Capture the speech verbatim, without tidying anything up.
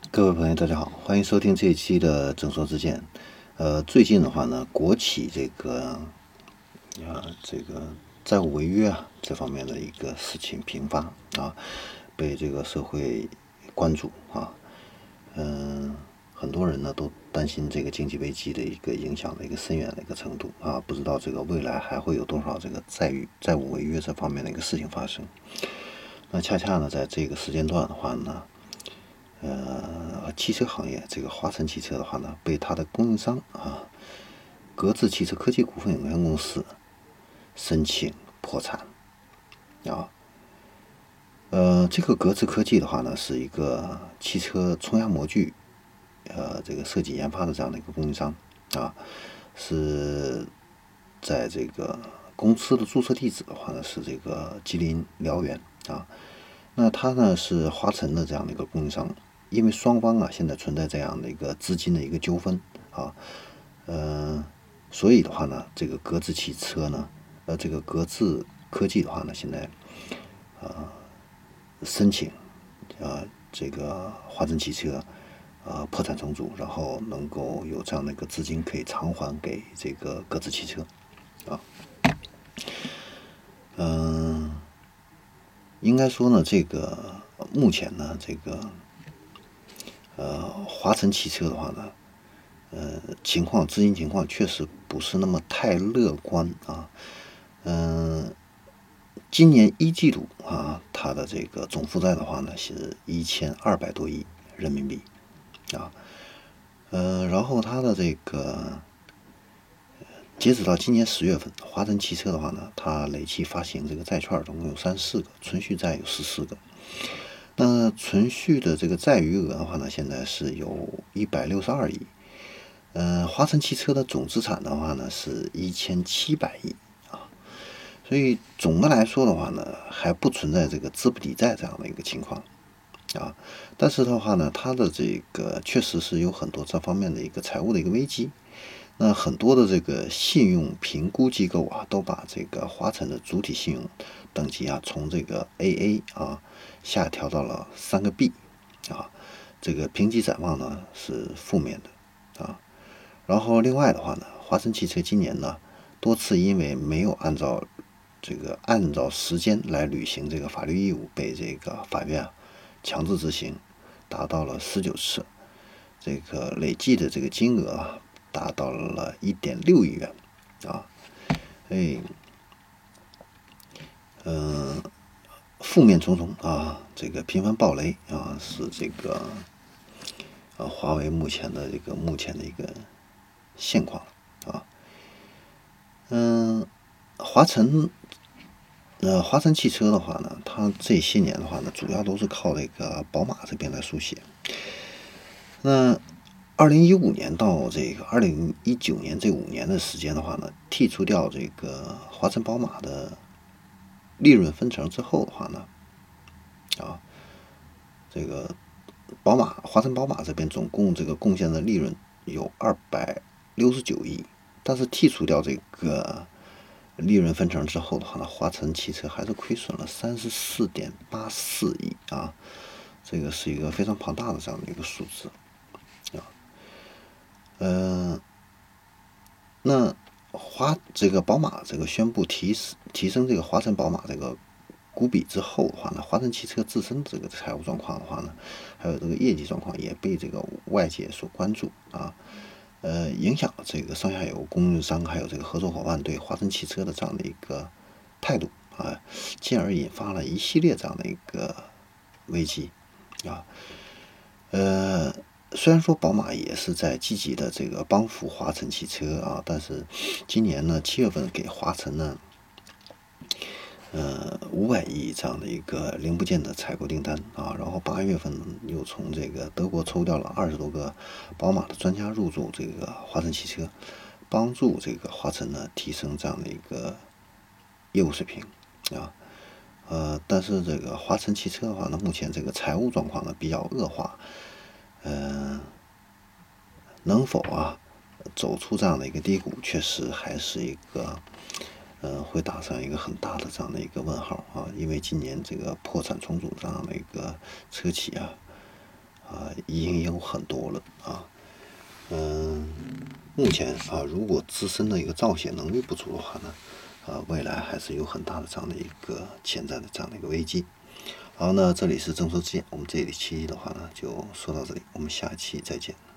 各位朋友，大家好，欢迎收听这一期的正说之见。呃，最近的话呢，国企这个啊，这个债务违约啊这方面的一个事情频发啊，被这个社会关注啊。嗯、很多人呢都担心这个经济危机的一个影响的一个深远的一个程度啊，不知道这个未来还会有多少这个债务债务违约这方面的一个事情发生。那恰恰呢，在这个时间段的话呢。呃，汽车行业这个华晨汽车的话呢，被它的供应商啊，格致汽车科技股份有限公司申请破产啊。呃，这个格致科技的话呢，是一个汽车冲压模具呃这个设计研发的这样的一个供应商啊，是在这个公司的注册地址的话呢是这个吉林辽源啊。那它呢是华晨的这样的一个供应商。因为双方啊现在存在这样的一个资金的一个纠纷啊，呃，所以的话呢，这个格致汽车呢，呃，这个格致科技的话呢，现在呃申请啊、呃、这个华晨汽车呃破产重组，然后能够有这样的一个资金可以偿还给这个格致汽车啊，嗯、呃，应该说呢，这个目前呢，这个。呃，华晨汽车的话呢，呃，情况资金情况确实不是那么太乐观啊。嗯、呃，今年一季度啊，它的这个总负债的话呢是一千二百多亿人民币啊。呃，然后它的这个截止到今年十月份，华晨汽车的话呢，它累计发行这个债券总共有三十四个，存续债有十四个。那存续的这个债余额的话呢，现在是有一百六十二亿。呃，华晨汽车的总资产的话呢是一千七百亿啊，所以总的来说的话呢，还不存在这个资不抵债这样的一个情况啊。但是的话呢，它的这个确实是有很多这方面的一个财务的一个危机。那很多的这个信用评估机构啊，都把这个华晨的主体信用等级啊，从这个 A A 啊下调到了三个 B 啊，这个评级展望呢是负面的啊。然后另外的话呢，华晨汽车今年呢多次因为没有按照这个按照时间来履行这个法律义务，被这个法院啊强制执行，达到了十九次，这个累计的这个金额啊达到了一点六亿元啊，哎，嗯、呃，负面重重啊，这个频繁暴雷啊，是这个呃华为目前的这个目前的一个现况啊。嗯，华晨呃华晨汽车的话呢，它这些年的话呢，主要都是靠这个宝马这边来书写。那二零一五年到这个二零一九年这五年的时间的话呢，剔除掉这个华晨宝马的利润分成之后的话呢，啊，这个宝马华晨宝马这边总共这个贡献的利润有二百六十九亿，但是剔除掉这个利润分成之后的话呢，华晨汽车还是亏损了三十四点八四亿啊，这个是一个非常庞大的这样的一个数字啊。嗯、呃，那华这个宝马这个宣布提提升这个华晨宝马这个股比之后的话呢，华晨汽车自身这个财务状况的话呢，还有这个业绩状况也被这个外界所关注啊，呃，影响了这个上下游供应商还有这个合作伙伴对华晨汽车的这样的一个态度啊，进而引发了一系列这样的一个危机啊，呃。虽然说宝马也是在积极的这个帮扶华晨汽车啊，但是今年呢七月份给华晨呢，呃五百亿这样的一个零部件的采购订单啊，然后八月份又从这个德国抽调了二十多个宝马的专家入驻这个华晨汽车，帮助这个华晨呢提升这样的一个业务水平啊。呃，但是这个华晨汽车的话呢，目前这个财务状况呢比较恶化。嗯、呃，能否啊走出这样的一个低谷，确实还是一个，呃，会打上一个很大的这样的一个问号啊。因为今年这个破产重组这样的一个车企啊， 啊，已经有很多了啊。嗯，目前啊，如果自身的一个造血能力不足的话呢，啊，未来还是有很大的这样的一个潜在的这样的一个危机。好，那这里是正说之见，我们这一期的话呢就说到这里，我们下期再见。